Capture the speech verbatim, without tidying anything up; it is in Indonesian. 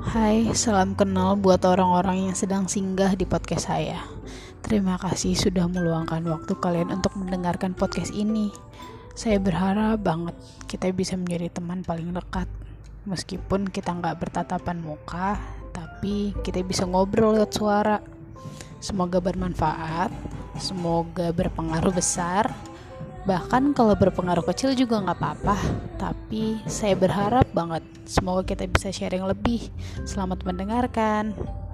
Hai, salam kenal buat orang-orang yang sedang singgah di podcast saya. Terima kasih sudah meluangkan waktu kalian untuk mendengarkan podcast ini. Saya berharap banget kita bisa menjadi teman paling dekat. Meskipun kita nggak bertatapan muka, tapi kita bisa ngobrol lewat suara. Semoga bermanfaat, semoga berpengaruh besar. Bahkan kalau berpengaruh kecil juga gak apa-apa. Tapi saya berharap banget semoga kita bisa sharing lebih. Selamat mendengarkan.